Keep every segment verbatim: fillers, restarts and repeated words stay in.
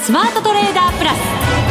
スマートトレーダープラス。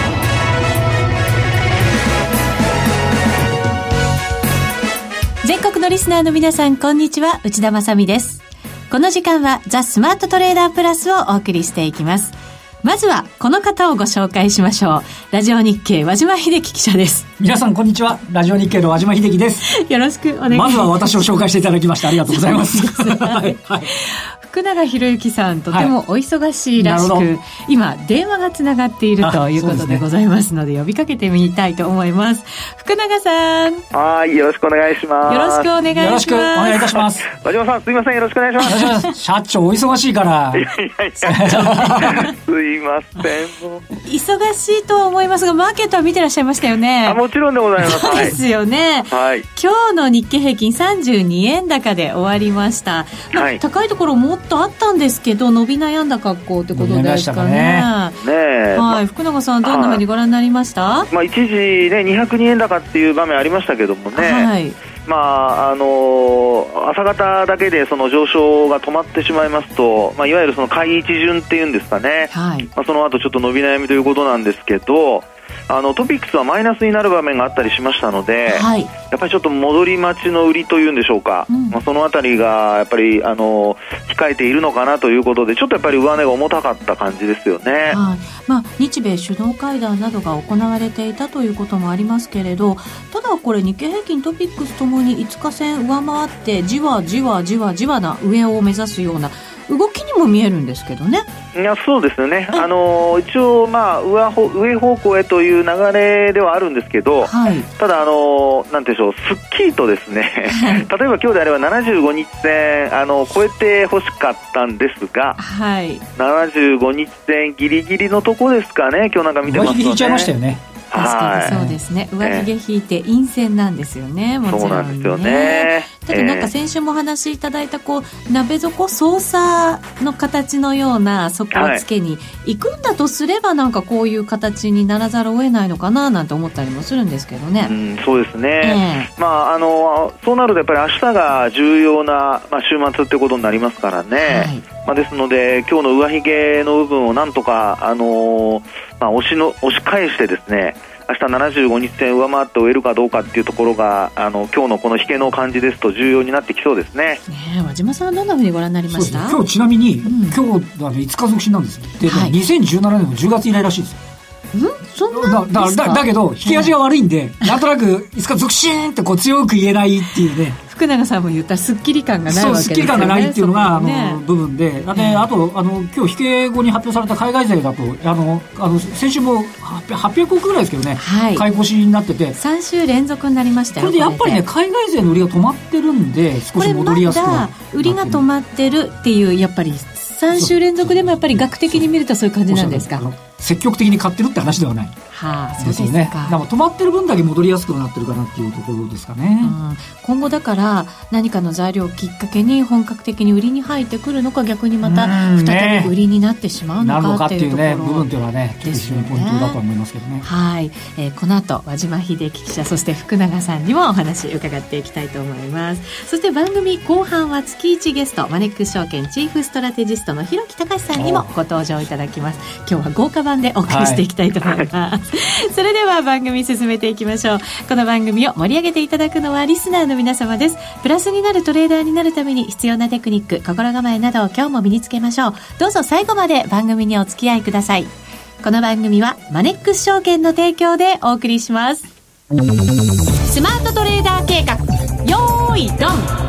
全国のリスナーの皆さん、こんにちは、内田まさみです。この時間はザ・スマートトレーダープラスをお送りしていきます。まずはこの方をご紹介しましょう。ラジオ日経和島秀樹記者です。 皆さんこんにちは、ラジオ日経の和島秀樹です。 よろしくお願いします。 まずは私を紹介していただきましてありがとうございます。はい、はい、 福永博之さん、とてもお忙しいらしく、はい、今電話がつながっているということでございますので、呼びかけてみたいと思います。福永さん、 はい、よろしくお願いします。 よろしくお願いします。 よろしくお願いいたします。 和島さん、すいません、よろしくお願いします。 社長お忙しいから。いやいやいやすいません、もう忙しいとは思いますが、マーケットは見てらっしゃいましたよね。 あ、もちろんでございます。 そうですよね、 はい、 今日の日経平均さんじゅうにえん高で終わりました、まあはい、高いところもっとあったんですけど、伸び悩んだ格好ってことですかね。ねえ、 はい、福永さん、どんなふうにご覧になりました？ はい、まあ、一時ねにひゃくにえん高っていう場面ありましたけどもね、はい、まああのー、朝方だけでその上昇が止まってしまいますと、まあ、いわゆるその買い一巡っていうんですかね、はい、まあ、その後ちょっと伸び悩みということなんですけど、あのトピックスはマイナスになる場面があったりしましたので、はい、やっぱりちょっと戻り待ちの売りというんでしょうか、うん、まあ、そのあたりがやっぱりあの控えているのかなということで、ちょっとやっぱり上値が重たかった感じですよね。はい、 まあ、日米首脳会談などが行われていたということもありますけれど、ただこれ日経平均トピックスともにいつか線上回ってじわじわじわじわな上を目指すような動きにも見えるんですけどね。 いや、そうですよね、あの一応、まあ、上, 上方向へという流れではあるんですけど、はい、ただあのなんていうんでしょう、すっきりとですね、はい、例えば今日であればななじゅうごにち線あの超えてほしかったんですが、はい、ななじゅうごにち線ギリギリのとこですかね。今日なんか見てますとね、 上髭引いちゃいましたよね。 確かにそうですね、上髭引いて陰線なんですよね、もちろんね。 そうなんですよね。 ただなんか先週もお話しいただいたこう鍋底操作の形のような底をつけに行くんだとすれば、なんかこういう形にならざるを得ないのかななんて思ったりもするんですけどね。 うん、そうですね、えーまあ、あのそうなるとやっぱり明日が重要な、まあ、週末ってことになりますからね、はい、まあ、ですので今日の上髭の部分をなんとか、あのーまあ、押しの押し返してですね、明日ななじゅうごにち線上回って終えるかどうかっていうところが、あの今日のこの引けの感じですと重要になってきそうですね。 ね、和島さんはどんなふうにご覧になりました？ 今日ちなみに、うん、今日あのいつか続伸なんですよ。で、はい、にせんじゅうななねんのじゅうがつ以来らしいですよ。 んそんなだだ だ, だけど引き味が悪いんで、うん、なんとなくいつか続伸ってこう強く言えないっていうね。 福永さんも言ったスッキリ感がないわけですよね。 そう、スッキリ感がないっていうのが、 ね、 あの部分で、あ, で、うん、あとあの今日引け後に発表された海外勢だと、あのあの先週もはっぴゃくおくぐらいですけどね、はい、買い越しになっててさん週連続になりましたよ。 これでやっぱりね、海外勢の売りが止まってるんで、少し戻りやすくなってる。 これまだ売りが止まってるっていう、やっぱりさん週連続でもやっぱり額的に見るとそういう感じなんですか？ 積極的に買ってるって話ではない。 はあ、そうですか。だから止まってる分だけ戻りやすくなってるかなっていうところですかね。 うん、今後だから何かの材料をきっかけに本格的に売りに入ってくるのか、逆にまた再び売りになってしまうのかっていうところ、 なるのかっていうね、部分というのはね、ちょっと非常にポイントだと思いますけどね。 はい、えー、この後和島秀樹記者、そして福永さんにもお話伺っていきたいと思います。そして番組後半は月いちゲスト、マネックス証券チーフストラテジストの広木隆さんにもご登場いただきます。今日は豪華版でお送りしていきたいと思います、はい、それでは番組進めていきましょう。この番組を盛り上げていただくのはリスナーの皆様です。プラスになるトレーダーになるために必要なテクニック、心構えなどを今日も身につけましょう。どうぞ最後まで番組にお付き合いください。この番組はマネックス証券の提供でお送りします。スマートトレーダー計画、よーいドン。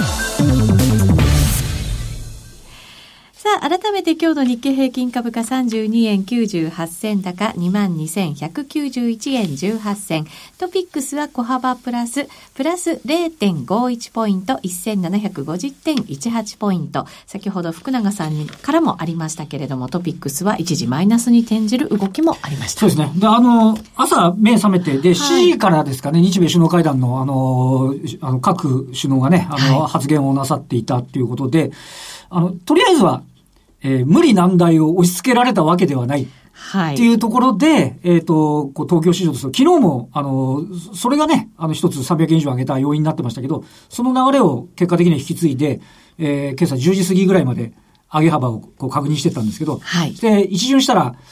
さあ、改めて今日の日経平均株価さんじゅうにえんきゅうじゅうはち銭高 にまんにせんひゃくきゅうじゅういちえんじゅうはち銭、トピックスは小幅プラスプラス れいてんごいち ポイント、せんななひゃくごじゅってんいちはちポイント。先ほど福永さんにからもありましたけれども、トピックスは一時マイナスに転じる動きもありました。 そうですね。で、あの朝目覚めて、でしちじからですかね、はい、日米首脳会談のあのあの各首脳がね、あの、はい、発言をなさっていたということで、あのとりあえずはえー、無理難題を押し付けられたわけではないっていうところで、はい、えっと、こう東京市場としては昨日も、あの、それがね、あの一つさんびゃくえん以上上げた要因になってましたけど、その流れを結果的には引き継いで、えー、今朝じゅうじ過ぎぐらいまで上げ幅をこう確認してたんですけど、はい、で、一巡したら、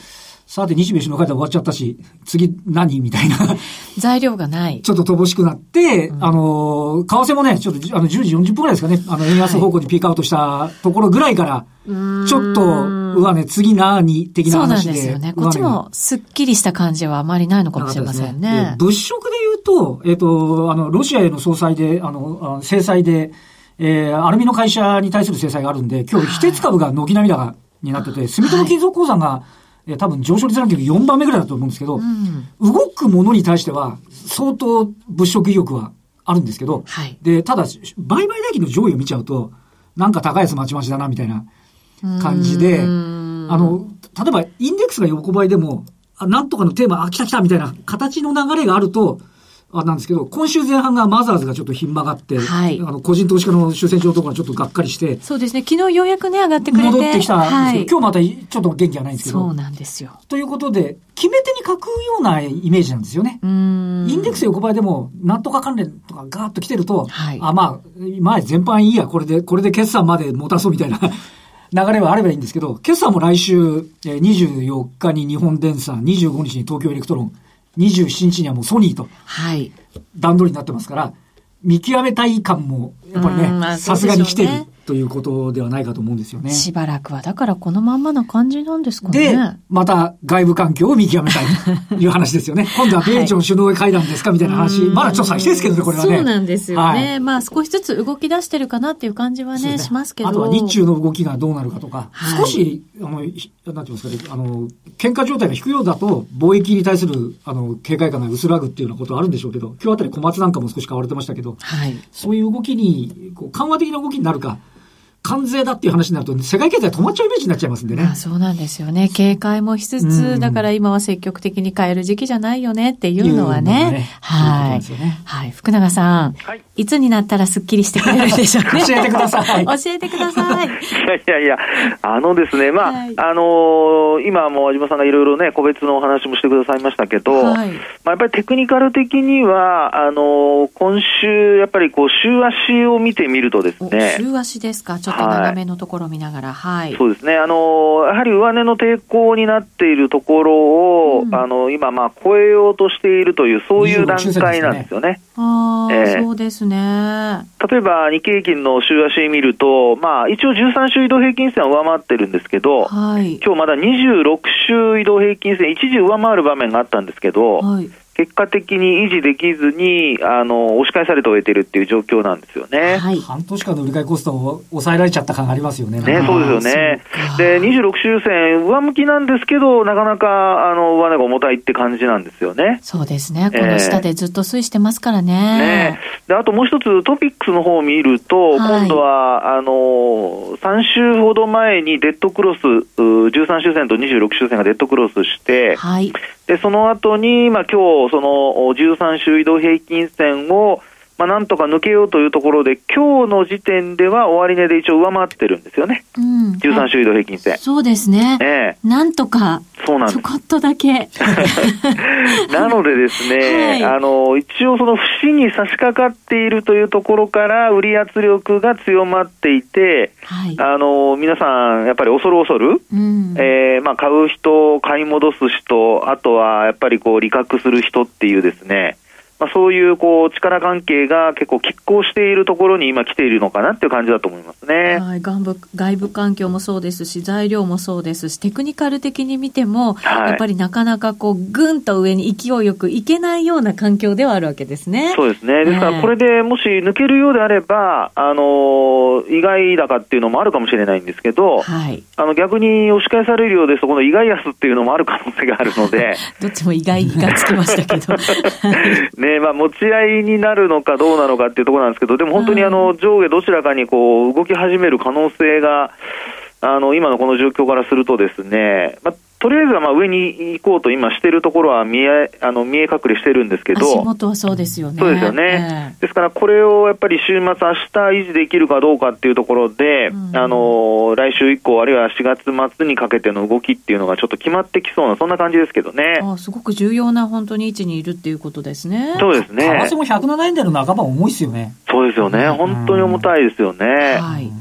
さて日米首脳会談終わっちゃったし、次何みたいな。 材料がない。 ちょっと乏しくなって、うん、あの、為替もね、ちょっとあのじゅうじよんじゅっぷんぐらいですかね、あの、円安方向にピークアウトしたところぐらいから、はい、ちょっと、上値、次何的な話で。そうなんですよね。 こっちもすっきりした感じはあまりないのかもしれませんね。 ね物色で言うと、えっと、あの、ロシアへの総裁で、あの、制裁で、えー、アルミの会社に対する制裁があるんで、今日、非鉄株が軒並み高になってて、住友金属鉱山が、はい、え多分上昇率ランキングよんばんめぐらいだと思うんですけど、うん、動くものに対しては相当物色意欲はあるんですけど、はい、で、ただ、売買代金の上位を見ちゃうと、なんか高安まちまちだな、みたいな感じで、あの、例えばインデックスが横ばいでも、あなんとかのテーマ、あ、来た来たみたいな形の流れがあると、あなんですけど、今週前半がマザーズがちょっとひん曲がって、はい、あの個人投資家の主戦場のところがちょっとがっかりして、 そうですね、昨日ようやくね、上がってくれて。 戻ってきたんですけど、はい、今日またちょっと元気がないんですけど。 そうなんですよ。 ということで、決め手に書くようなイメージなんですよね。うーんインデックス横ばいでも、なんとか関連とかガーッと来てると、はい、あ、まあ、前全般いいや、これで、これで決算まで持たそうみたいな。流れはあればいいんですけど、決算も来週、にじゅうよっかに日本電産、にじゅうごにちに東京エレクトロン、にじゅうしちにちにはもうソニーと、はい。段取りになってますから、見極めたい感も、やっぱりね、さすがに来てるということではないかと思うんですよね。 しばらくは、だからこのまんまな感じなんですかね。 で、また外部環境を見極めたいという話ですよね。今度は米朝首脳会談ですかみたいな話、はい、まだ調査してですけどね、これはね。 そうなんですよね。はい、まあ少しずつ動き出してるかなっていう感じはね、ねしますけど。 あとは日中の動きがどうなるかとか、はい、少し、あの、なんていうんですかね、あの、喧嘩状態が低いようだと、貿易に対する、あの、警戒感が薄らぐっていうようなことはあるんでしょうけど、今日あたり小松なんかも少し買われてましたけど、はい、そういう動きに、こう緩和的な動きになるか、関税だっていう話になると世界経済止まっちゃうイメージになっちゃいますんでね。 まあ、そうなんですよね。警戒もしつつ、うん、だから今は積極的に買える時期じゃないよねっていうのはね。ねはい、ね。はい。福永さん、はい。いつになったらスッキリしてくれるでしょうね。 教えてください。 教えてください。いやいやいや、あのですね、まあ、はい、あのー、今もう和島さんがいろいろね、個別のお話もしてくださいましたけど、はい、まあ、やっぱりテクニカル的には、あのー、今週、やっぱりこう、週足を見てみるとですね。 週足ですか。ちょっと長めのところを見ながら、はい。 そうですね。あの、やはり上値の抵抗になっているところを、うん、あの、今、まあ、超えようとしているという、そういう段階なんですよね。 ああ、えー、そうですね。 例えば、日経平均の週足見ると、まあ、一応じゅうさん週移動平均線は上回ってるんですけど、はい、今日まだにじゅうろく週移動平均線、一時上回る場面があったんですけど、はい、結果的に維持できずに、あの、押し返されて終えているっていう状況なんですよね。 はい。半年間の売り買いコストを抑えられちゃった感がありますよね。 ね、そうですよね。で、にじゅうろく週線、上向きなんですけど、なかなか、あの、上値が重たいって感じなんですよね。 そうですね。この下でずっと推移してますからね。 えー、ね。で、あともう一つ、トピックスの方を見ると、はい、今度は、あの、さん週ほど前にデッドクロス、じゅうさん週線とにじゅうろく週線がデッドクロスして、はい。で、その後に、まあ、今日、その、じゅうさん週移動平均線を、まあ、なんとか抜けようというところで、今日の時点では終値で一応上回ってるんですよね。うん、じゅうさん週移動平均線。 そうですね。ええ、なんとか、 そうなんです。 ちょこっとだけ。 なのでですね、はい、あの、一応その節に差し掛かっているというところから、売り圧力が強まっていて、はい、あの、皆さん、やっぱり恐る恐る、うん、えー、まあ、買う人、買い戻す人、あとは、やっぱりこう、利確する人っていうですね、まあ、そういうこう力関係が結構拮抗しているところに今来ているのかなっていう感じだと思いますね。 はい、外部、外部環境もそうですし、材料もそうですし、テクニカル的に見ても、はい、やっぱりなかなかこうぐんと上に勢いよくいけないような環境ではあるわけですね。 そうですね。ですからこれでもし抜けるようであれば、あの意外高っていうのもあるかもしれないんですけど、はい、あの逆に押し返されるようですとこの意外安っていうのもある可能性があるので、 どっちも意外がつきましたけど。 ね、まあ、持ち合いになるのかどうなのかっていうところなんですけど、でも本当にあの上下どちらかにこう動き始める可能性があの今のこの状況からするとですね、まあ、とりあえずはまあ上に行こうと今しているところは見え、あの見え隠れしてるんですけど、 足元はそうですよね。 そうですよね、えー、ですからこれをやっぱり週末明日維持できるかどうかっていうところで、うん、あの来週以降あるいはしがつ末にかけての動きっていうのがちょっと決まってきそうなそんな感じですけどね。 あ、すごく重要な本当に位置にいるっていうことですね。 そうですね。 為替もひゃくななえん台の半ば重いですよね。 そうですよね、うん、本当に重たいですよね、はい。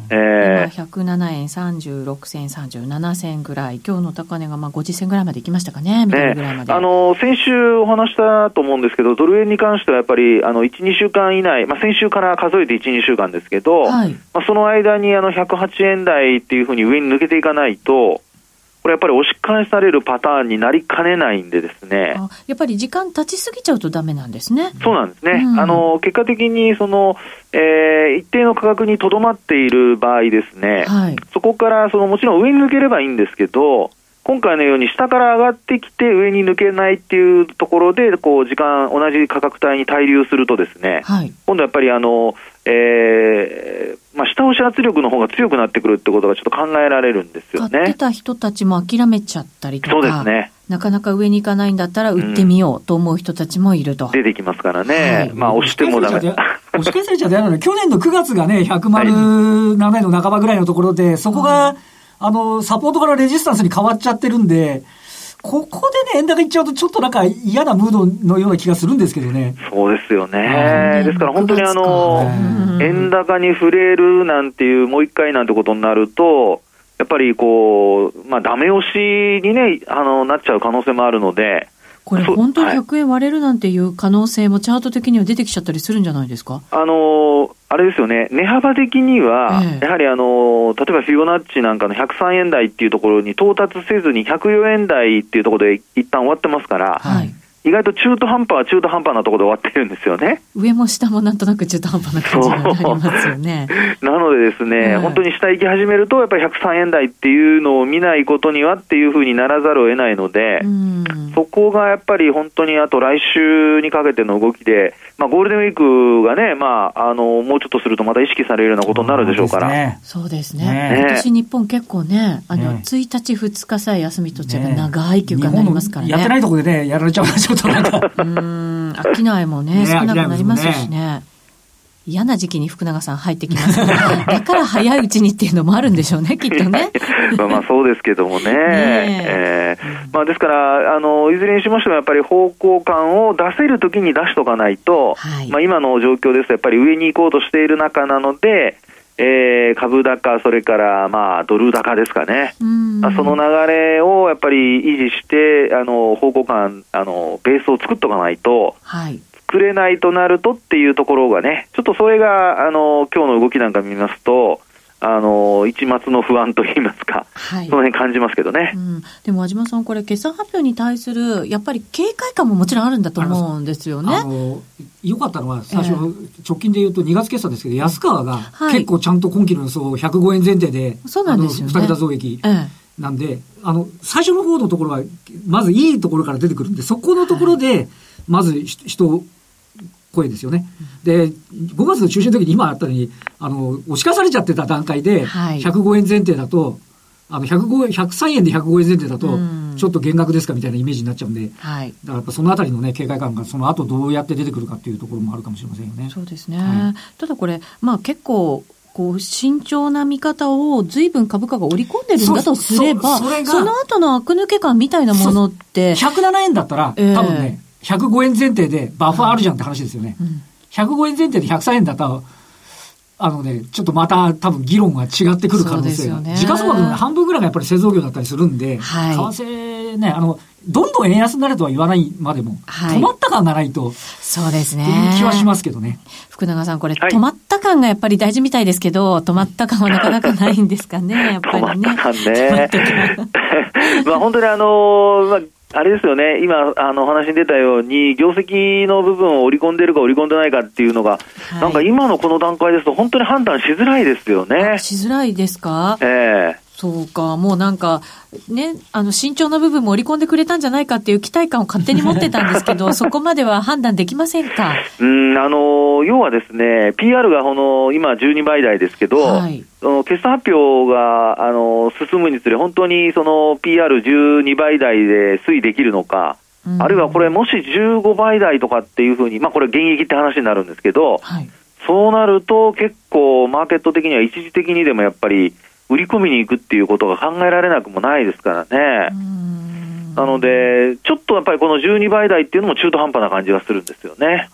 えー、今ひゃくななえんさんじゅうろくせん、さんじゅうななせんぐらい、今日の高値がまあごじゅっせんぐらいまで行きましたかね、みたいなぐらいまで、 ね、あの先週お話したと思うんですけど、ドル円に関してはやっぱりあのいち、にしゅうかん以内、まあ、先週から数えていち、にしゅうかんですけど、はい、まあ、その間にあのひゃくはちえん台っていうふうに上に抜けていかないと、これやっぱり押し返されるパターンになりかねないんでですね。 あ、やっぱり時間経ちすぎちゃうとダメなんですね。 そうなんですね。うん、あの結果的にその、えー、一定の価格にとどまっている場合ですね、はい、そこからそのもちろん上に抜ければいいんですけど、今回のように下から上がってきて上に抜けないっていうところでこう時間同じ価格帯に滞留するとですね、はい、今度やっぱりあの、えーまあ、下押し圧力の方が強くなってくるってことがちょっと考えられるんですよね。 買ってた人たちも諦めちゃったりとか、 そうですね、 なかなか上に行かないんだったら売ってみようと思う人たちもいると、 うん、出てきますからね、はい、まあ押してもダメ押し返されちゃダメなので、去年のくがつがねひゃくななえんの半ばぐらいのところで、そこが、うんあの、サポートからレジスタンスに変わっちゃってるんで、ここでね、円高いっちゃうとちょっとなんか嫌なムードのような気がするんですけどね。 そうですよね。ですから本当にあの、円高に触れるなんていう、もう一回なんてことになると、やっぱりこう、まあダメ押しにね、あの、なっちゃう可能性もあるので、 これ本当にひゃくえん割れるなんていう可能性もチャート的には出てきちゃったりするんじゃないですか。 あのあれですよね、値幅的には、ええ、やはりあの例えばフィボナッチなんかのひゃくさんえん台っていうところに到達せずにひゃくよえん台っていうところで一旦終わってますから、はい、意外と中途半端は中途半端なところで終わってるんですよね。 上も下もなんとなく中途半端な感じになりますよね。 なのでですね、えー、本当に下行き始めるとやっぱりひゃくさんえん台っていうのを見ないことにはっていうふうにならざるを得ないので、うんそこがやっぱり本当にあと来週にかけての動きで、まあ、ゴールデンウィークがね、まあ、あのもうちょっとするとまた意識されるようなことになるでしょうから。 そうですね。ね今年日本結構ね、あの、ね、ついたちふつかさえ休み取っちゃえば長い休暇になりますからね。 やってないところでね、やられちゃうからちょっとなんか。 うーん、商いもね、ね少なくなりますしね。嫌な時期に福永さん入ってきますから、だから早いうちにっていうのもあるんでしょうね、きっとね。 まあまあそうですけどもね。ねえーまあ、ですからあのいずれにしましてもやっぱり方向感を出せるときに出しとかないと、はい、まあ、今の状況ですとやっぱり上に行こうとしている中なので、えー、株高それからまあドル高ですかね。まあ、その流れをやっぱり維持してあの方向感あのベースを作っとかないと。はい、作れないとなるとっていうところがね、ちょっとそれがあの今日の動きなんか見ますと、あの一末の不安といいますか、はい、その辺感じますけどね。うん、 でも和島さん、これ決算発表に対するやっぱり警戒感ももちろんあるんだと思うんですよね。 あのよかったのは最初、えー、直近で言うとにがつ決算ですけど、安川が結構ちゃんと今期の予想ひゃくごえん前提で、 そうなんですよね、 あのに桁増益、えーなんで、あの、最初の方のところは、まずいいところから出てくるんで、そこのところで、まず人、声ですよね。で、ごがつの中旬の時に今あったように、あの、押し返されちゃってた段階で、ひゃくごえん前提だと、あの、ひゃくごえん、ひゃくさんえんでひゃくごえん前提だと、ちょっと減額ですかみたいなイメージになっちゃうんで、はい、だからやっぱそのあたりのね、警戒感がその後どうやって出てくるかっていうところもあるかもしれませんよね。 そうですね。はい、ただこれ、まあ結構、こう慎重な見方を随分株価が織り込んでるんだとすれば、 そ, そ, その後の悪抜け感みたいなものってひゃくななえんだったら、えー、多分ねひゃくごえん前提でバッファーあるじゃんって話ですよね、うん、ひゃくごえん前提でひゃくさんえんだったらあのね、ちょっとまた多分議論が違ってくる可能性が、ね、時価総額の半分ぐらいがやっぱり製造業だったりするんで、はい、為替ね、あのどんどん円安になるとは言わないまでも、はい、止まった感がないと、 そうですね。 という気はしますけどね。福永さん、これ、はい、止まった感がやっぱり大事みたいですけど、止まった感はなかなかないんですかね、やっぱりね。 止まった感ね。まあ本当にあのー、まああれですよね、今あのお話に出たように業績の部分を織り込んでるか織り込んでないかっていうのが、はい、なんか今のこの段階ですと本当に判断しづらいですよね。 しづらいですか。 ええーそうか、もうなんかね、あの慎重な部分も織り込んでくれたんじゃないかっていう期待感を勝手に持ってたんですけどそこまでは判断できませんか。 うん、あの要はですね ピーアール がこの今じゅうにばい台ですけど、はい、決算発表があの進むにつれ本当にその ピーアールじゅうにばい台で推移できるのか、うん、あるいはこれもしじゅうごばい台とかっていうふうに、まあこれ現役って話になるんですけど、はい、そうなると結構マーケット的には一時的にでもやっぱり売り込みに行くっていうことが考えられなくもないですからね。なのでちょっとやっぱりこのじゅうにばい台っていうのも中途半端な感じがするんですよね。 あ、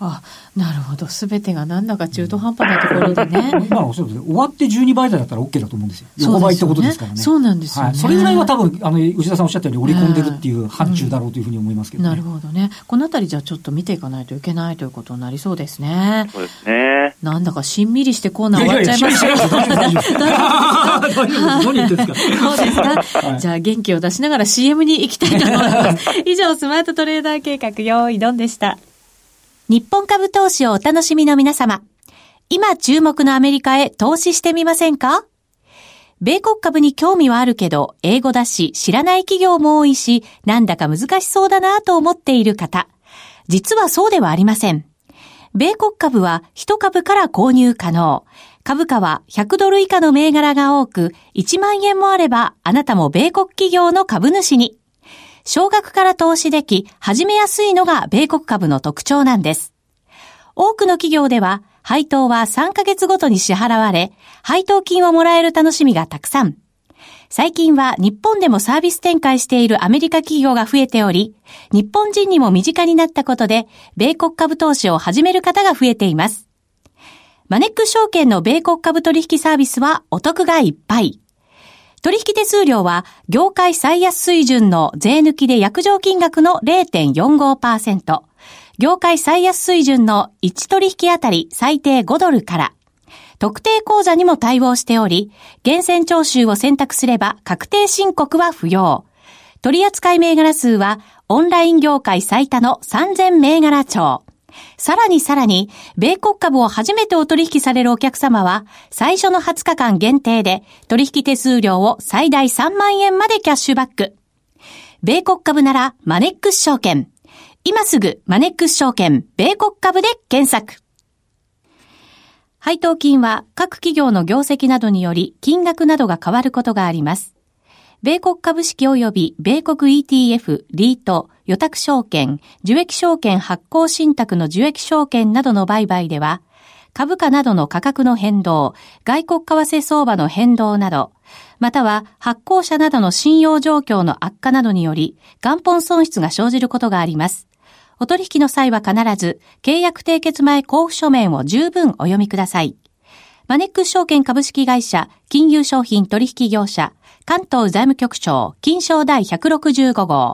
なるほど。すべてがなんだか中途半端なところでね。 今おっしゃると終わってじゅうにばい台だったら OK だと思うんですよ。横ばいってことですからね。 そうなんですよね。 はい、それぐらいは多分、あの、内田さんおっしゃったように織り込んでるっていう範疇だろうというふうに思いますけどね。 うん、なるほどね。このあたりじゃあちょっと見ていかないといけないということになりそうですね。 そうですね。 なんだかしんみりしてコーナー終わっちゃいました。 いやいや、しんみりしてないです。大丈夫です。何言ってるんですか。 そうですか。はい、じゃあ元気を出しながら シーエム に行きたいと思います。以上、スマートトレーダー計画用意ドンでした。日本株投資をお楽しみの皆様。今注目のアメリカへ投資してみませんか？米国株に興味はあるけど、英語だし、知らない企業も多いし、なんだか難しそうだなと思っている方。実はそうではありません。米国株はいち株から購入可能。株価はひゃくドル以下の銘柄が多く、いちまんえんもあれば、あなたも米国企業の株主に。少額から投資でき、始めやすいのが米国株の特徴なんです。多くの企業では、配当はさんかげつごとに支払われ、配当金をもらえる楽しみがたくさん。最近は日本でもサービス展開しているアメリカ企業が増えており、日本人にも身近になったことで、米国株投資を始める方が増えています。マネックス証券の米国株取引サービスはお得がいっぱい。取引手数料は業界最安水準の税抜きで約定金額の れいてんよんごパーセント、業界最安水準のいち取引あたり最低ごドルから、特定口座にも対応しており、厳選徴収を選択すれば確定申告は不要。取扱銘柄数はオンライン業界最多のさんぜん銘柄超。さらにさらに、米国株を初めてお取引されるお客様は、最初のはつかかん限定で、取引手数料を最大さんまんえんまでキャッシュバック。米国株なら、マネックス証券。今すぐ、マネックス証券、米国株で検索。配当金は、各企業の業績などにより、金額などが変わることがあります。米国株式及び米国 イーティーエフ、リート、予託証券、受益証券発行信託の受益証券などの売買では、株価などの価格の変動、外国為替相場の変動など、または発行者などの信用状況の悪化などにより、元本損失が生じることがあります。お取引の際は必ず、契約締結前交付書面を十分お読みください。マネックス証券株式会社、金融商品取引業者、関東財務局長、金商第ひゃくろくじゅうご号。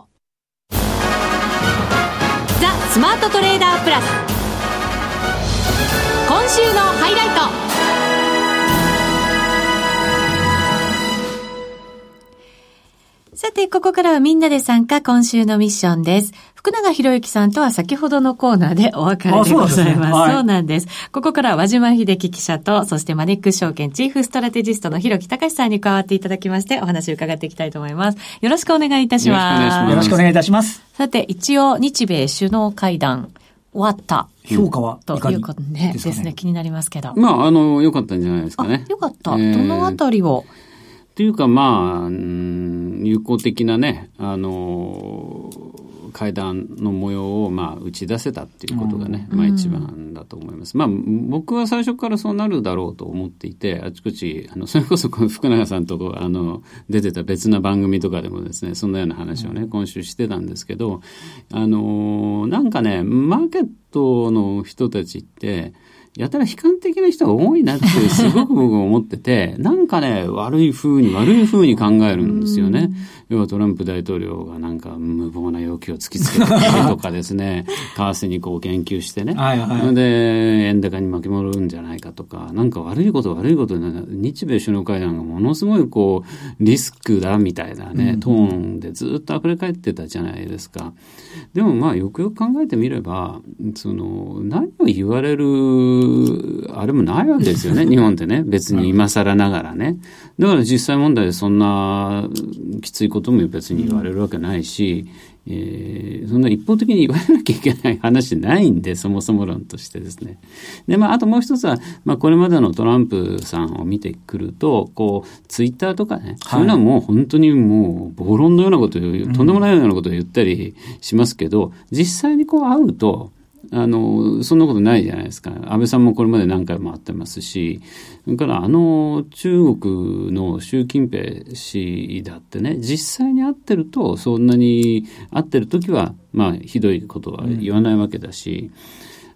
ザ・スマートトレーダープラス。今週のハイライト。さて、ここからはみんなで参加、今週のミッションです。福永博之さんとは先ほどのコーナーでお別れでございます。そうなんですね。はい、そうなんです。ここからは和島秀樹記者と、そしてマネックス証券チーフストラテジストの広木隆さんに加わっていただきまして、お話を伺っていきたいと思います。よろしくお願いいたします。 よろしくお願いいたします。 さて、一応日米首脳会談終わった。 評価はということで、ね、ですね、気になりますけど。 まあ、あの、良かったんじゃないですかね。 良かった。えー、どのあたりをというか、まあ、うん、友好的なね、あの、会談の模様を、まあ、打ち出せたっていうことがね、うん、まあ一番だと思います。まあ、僕は最初からそうなるだろうと思っていて、あちこち、あの、それこそ福永さんとあの、出てた別な番組とかでもですね、そんなような話をね、今週してたんですけど、あの、なんかね、マーケットの人たちって、やたら悲観的な人が多いなってすごく僕思ってて、なんかね、悪い風に悪い風に考えるんですよね。要はトランプ大統領がなんか無謀な要求を突きつけてとかですね、為替にこう言及してね、はいはい、で、円高に巻き戻るんじゃないかとか、なんか悪いこと悪いことで、日米首脳会談がものすごいこう、リスクだみたいなね、トーンでずっと溢れ返ってたじゃないですか。でもまあよくよく考えてみれば、その、何を言われるあれもないわけですよね。日本ってね。別に今更ながらね。だから実際問題でそんなきついことも別に言われるわけないし、えー、そんな一方的に言われなきゃいけない話ないんで、そもそも論としてですね。で、まあ、あともう一つは、まあ、これまでのトランプさんを見てくると、こう、ツイッターとかね、そういうのはもう本当にもう、暴論のようなことを言う、とんでもないようなことを言ったりしますけど、実際にこう会うと、あの、そんなことないじゃないですか。安倍さんもこれまで何回も会ってますし、それからあの中国の習近平氏だってね、実際に会ってると、そんなに会ってる時は、まあ、ひどいことは言わないわけだし、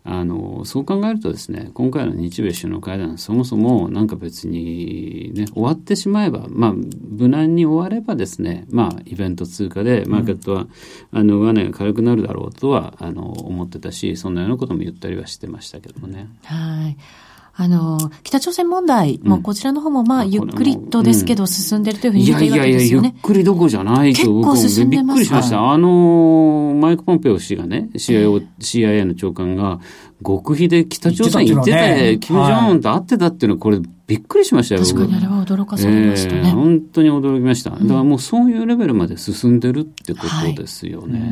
あのそう考えるとですね、今回の日米首脳会談、そもそもなんか別に、ね、終わってしまえば、まあ、無難に終わればですね、まあ、イベント通貨でマーケットは、うん、あの上値が軽くなるだろうとはあの思ってたし、そんなようなことも言ったりはしてましたけどもね。 はい。あの北朝鮮問題、うん、もうこちらの方もまあゆっくりとですけど進んでいるというふうに言っているわけですよね。 いやいやいや、ゆっくりどころじゃないと僕もびっくりしました。あのマイク・ポンペオ氏がね、 シーアイオー、シーアイエー の長官が極秘で北朝鮮行ってて、キム・ジョンウンと会ってたっていうのはこれびっくりしましたよ。 確かにあれは驚かされましたね。 えー、本当に驚きました。だからもうそういうレベルまで進んでるってことですよね。はい、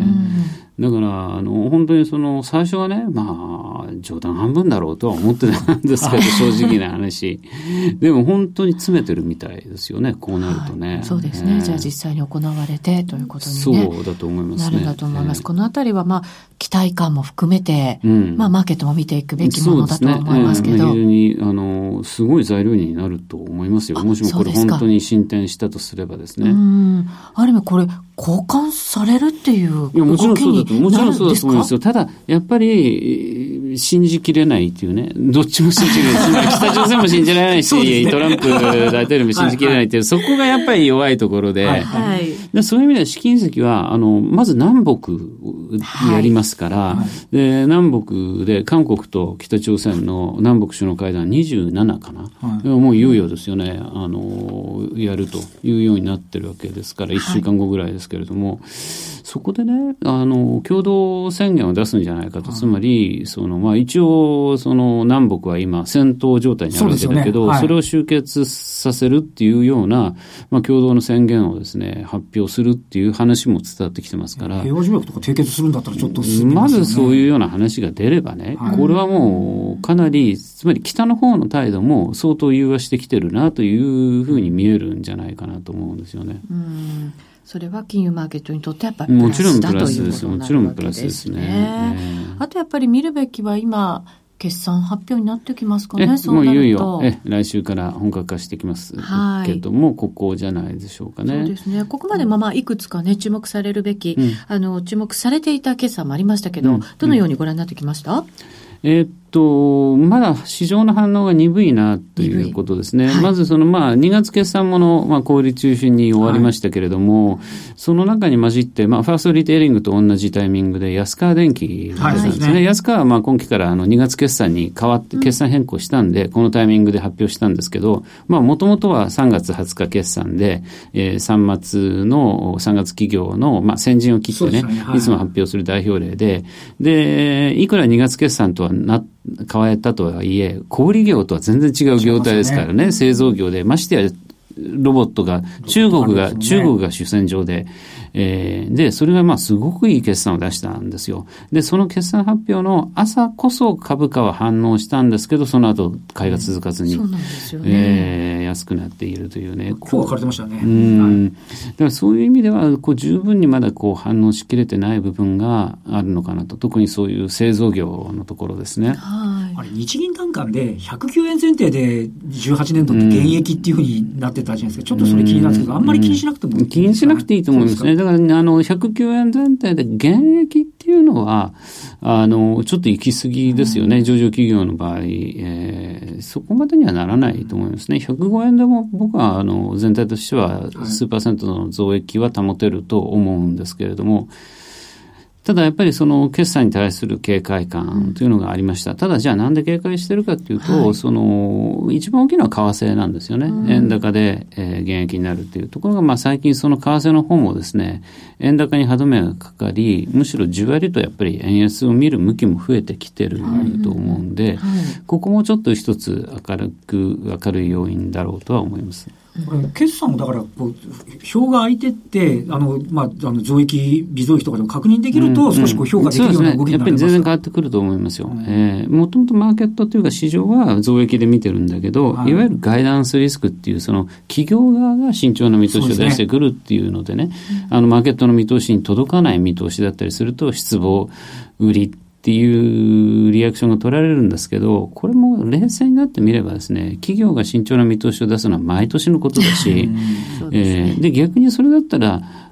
だからあの本当にその最初はね、まあ冗談半分だろうとは思ってたんですけど正直な話でも本当に詰めてるみたいですよね、こうなるとね。 はい、そうですね、えー、じゃあ実際に行われてということに、ね、 そうだと思いますね。 なるんだと思います。えー、このあたりはまあ期待感も含めて、うん、まあマーケットも見ていくべきものだと思いますけど、 そうですね、えー、非常にあのすごい材料になると思いますよ。もしもこれ本当に進展したとすればですね。 うん、ある意味これ交換されるっていう動きになるんですか？いや、もちろんそうだと、もちろんそうだと思いますよ。 ただやっぱり信じきれないっていうね、どっちも信じきれない。つまり北朝鮮も信じられないし、ね、トランプ大統領も信じきれないっていう、はいはい、そこがやっぱり弱いところで、はいはい、でそういう意味では試金石はあのまず南北やりますから、はいはい、で南北で韓国と北朝鮮の南北首脳会談にじゅうななかな、はい、もういよいよですよね、あのやるというようになってるわけですから、いっしゅうかんごぐらいですけれども、はい、そこでね、あの共同宣言を出すんじゃないかと、はい、つまりその、まあ、一応その南北は今戦闘状態にあるわけだけど、 そ,、ねはい、それを終結させるっていうような、まあ、共同の宣言をですね発表するっていう話も伝わってきてますから、 平和条約とか締結するんだったらちょっと進みますよね。 まずそういうような話が出ればね、はい、これはもうかなり、つまり北の方の態度も相当融和してきてるなというふうに見えるんじゃないかなと思うんですよね。 うん、それは金融マーケットにとってやっぱりプラスだということになるわけですね。 もちろんプラスですね。 えー、あとやっぱり見るべきは今決算発表になってきますかね。そうもういよいなるとよえ来週から本格化してきますけども、はい、ここじゃないでしょうかね。 そうですね。ここまでまあまあいくつかね注目されるべき、うん、あの注目されていた決算もありましたけど、うん、どのようにご覧になってきました？うん、 えー、っとまだ市場の反応が鈍いなということですね。はい、まずそのまあにがつ決算もの、まあ、小売中心に終わりましたけれども、はい、その中に混じって、まあ、ファーストリテイリングと同じタイミングで安川電機が出たんですね。はい、安川はまあ今期からあのにがつ決算に変わって決算変更したんで、うん、このタイミングで発表したんですけど、まあもともとはさんがつはつか決算で、えー、さんがつのさんがつ企業のまあ先陣を切ってね、ねはい、いつも発表する代表例で、でいくらにがつ決算とはな変わったとはいえ、小売業とは全然違う業態ですからね、ね製造業で、ましてやロボットが中国が、ね、中国が主戦場で、えー、でそれがまあすごくいい決算を出したんですよ。でその決算発表の朝こそ株価は反応したんですけど、その後買いが続かずに、 そうなんですよね、 えー、安くなっているというね。 今日は枯れてましたね。 うん、はい、だからそういう意味ではこう十分にまだこう反応しきれてない部分があるのかなと。特にそういう製造業のところですね。 はい、 あれ日銀短観でひゃくきゅうえん前提でじゅうはちねんどって減益っていうふうになってたじゃないですか。ちょっとそれ気になるんですけど、あんまり気にしなくてもいいですか？ 気にしなくていいと思いますね。だからあのひゃくきゅうえん前提で減益っていうのはあのちょっと行き過ぎですよね。うん、上場企業の場合、えー、そこまでにはならないと思いますね。ひゃくごえんでも僕はあの全体としては数パーセントの増益は保てると思うんですけれども、ただやっぱりその決算に対する警戒感というのがありました。ただじゃあなんで警戒してるかというと、はい、その一番大きいのは為替なんですよね。うん、円高で、えー、減益になるというところが、まあ最近その為替の方もですね、円高に歯止めがかかり、むしろじわりとやっぱり円安を見る向きも増えてきてると思うんで、うんはい、ここもちょっと一つ明るく明るい要因だろうとは思います。 これ決算もだからこう表が開いてってあの、まあ、あの増益微増益とかでも確認できると少しこう評価できるような動きになります、うんうん、そうですね、やっぱり全然変わってくると思いますよ。うんえー、もともとマーケットというか市場は増益で見てるんだけど、はい、いわゆるガイダンスリスクっていうその企業側が慎重な見通しを出してくるっていうのでね、うん、あのマーケットの見通しに届かない見通しだったりすると失望売りっていうリアクションが取られるんですけど、これも冷静になってみればですね、企業が慎重な見通しを出すのは毎年のことだし、で、ねえー、で逆にそれだったら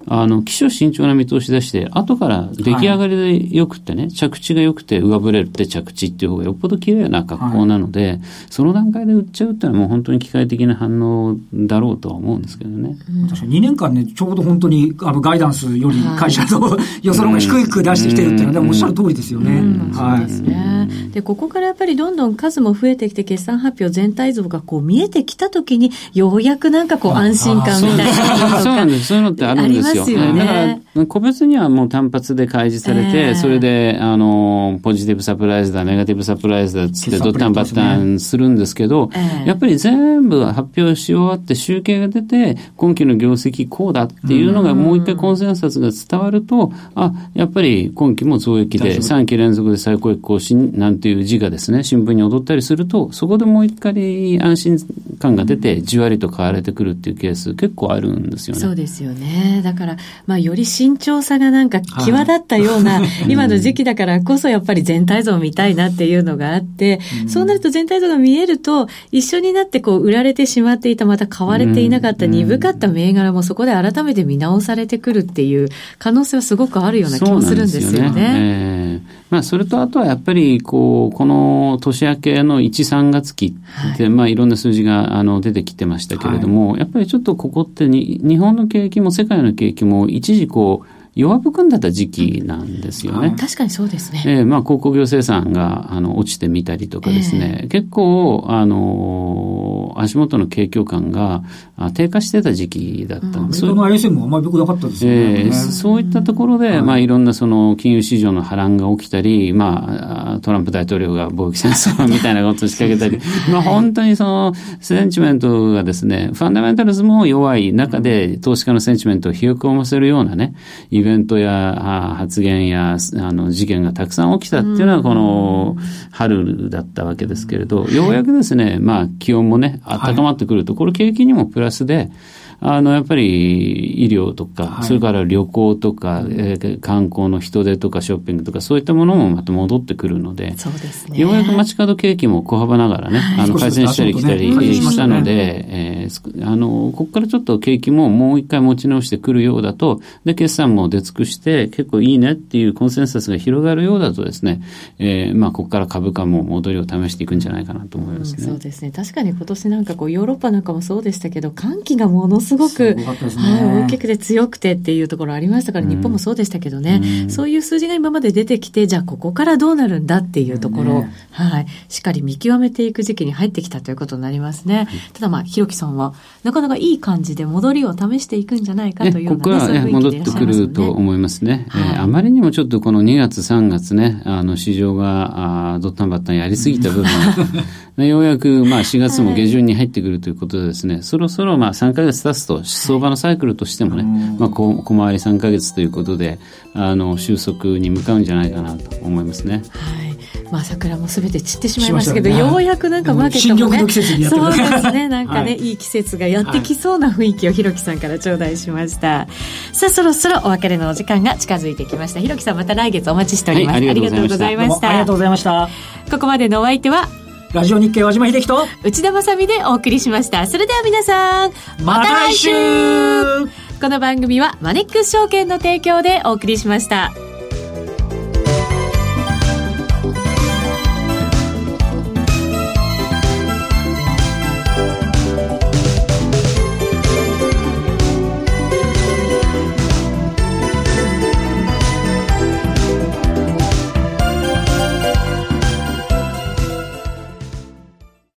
あの、基調慎重な見通し出して、後から出来上がりで良くてね、はい、着地が良くて上振れるって着地っていう方がよっぽど綺麗な格好なので、はい、その段階で売っちゃうっていうのはもう本当に機械的な反応だろうとは思うんですけどね。 うん、確かににねんかんね、ちょうど本当にあのガイダンスより会社の予想が低く出してきてるっていうのは、ね、おっしゃる通りですよね。 うんうん、はい、そうですね。で、ここからやっぱりどんどん数も増えてきて、決算発表全体像がこう見えてきたときに、ようやくなんかこう安心感みたいなのとか。 そうなんです。そういうのってあるんですよ。 ありますよね。 だから個別にはもう単発で開示されて、えー、それであのポジティブサプライズだネガティブサプライズだっつってドッタンバッタンするんですけど、えー、やっぱり全部発表し終わって集計が出て今期の業績こうだっていうのがもう一回コンセンサスが伝わると、あ、やっぱり今期も増益でさんき連続で最高益更新なんていう字がですね新聞に踊ったりすると、そこでもう一回安心感が出てじわりと買われてくるっていうケース結構あるんですよね。 そうですよね。だからまあより慎重さがなんか際立ったような、はい、今の時期だからこそやっぱり全体像を見たいなっていうのがあって、うん、そうなると全体像が見えると一緒になってこう売られてしまっていた、また買われていなかった、うん、鈍かった銘柄もそこで改めて見直されてくるっていう可能性はすごくあるような気もするんですよね。そうなんですよね。 えーまあ、それとあとはやっぱりこうこの年明けのいち、さんがつ期って、はい、まあいろんな数字があの出てきてましたけれども、はい、やっぱりちょっとここってに日本の景気も世界の景気も一時こう弱含んだった時期なんですよね。 確かにそうですね。 えー、まあ、鉱工業生産が、あの、落ちてみたりとかですね、えー、結構、あのー、足元の景況感が低下してた時期だったんです。 アメリカの アイエスエム もあんまり良くなかったですよね。 えー、そういったところで、はい、まあ、いろんなその、金融市場の波乱が起きたり、まあ、トランプ大統領が貿易戦争みたいなことを仕掛けたり、まあ、本当にその、センチメントがですね、ファンダメンタルズも弱い中で、投資家のセンチメントを冷え込ませるようなね、イベントや発言やあの事件がたくさん起きたっていうのはこの春だったわけですけれど、ようやくですね、まあ気温もね高まってくると、これ景気にもプラスで、あのやっぱり医療とか、はい、それから旅行とか、えー、観光の人手とかショッピングとかそういったものもまた戻ってくるので、 そうですね、 ようやく街角景気も小幅ながらね、はい、あの改善したり来たりしたので、ねえー、あのここからちょっと景気ももう一回持ち直してくるようだと、で決算も出尽くして結構いいねっていうコンセンサスが広がるようだとですね、えー、まあここから株価も戻りを試していくんじゃないかなと思いますね。 うん、そうですね。確かに今年なんかこうヨーロッパなんかもそうでしたけど、寒気がものすごくすごかったですね、はい、大きくて強くてっていうところありましたから、うん、日本もそうでしたけどね、うん、そういう数字が今まで出てきて、じゃあここからどうなるんだっていうところを、ね、はい、しっかり見極めていく時期に入ってきたということになりますね。うん、ただまあひろきさんはなかなかいい感じで戻りを試していくんじゃないかというような、ね、ここから、ね、 戻ってくると思いますね。はい、えー、あまりにもちょっとこのにがつさんがつね、あの市場があドッタンバッタンやりすぎた部分ようやくまあしがつも下旬に入ってくるということでですね、はい、そろそろまあさんかげつ経つと相場のサイクルとしてもね、はい、まあ小回りさんかげつということであの収束に向かうんじゃないかなと思いますね。 はい。まあ桜もすべて散ってしまいましたけど、ね、ようやくなんかマーケットもね、 新緑の季節にやってくる、 そうですね、なんかね、はい、いい季節がやってきそうな雰囲気をひろきさんから頂戴しました。はい、さあそろそろお別れのお時間が近づいてきました。ひろきさんまた来月お待ちしております。はい、ありがとうございました。 ありがとうございました。 ここまでのお相手はラジオ日経和島秀樹と内田まさみでお送りしました。それでは皆さんまた来週。 この番組はマネックス証券の提供でお送りしました。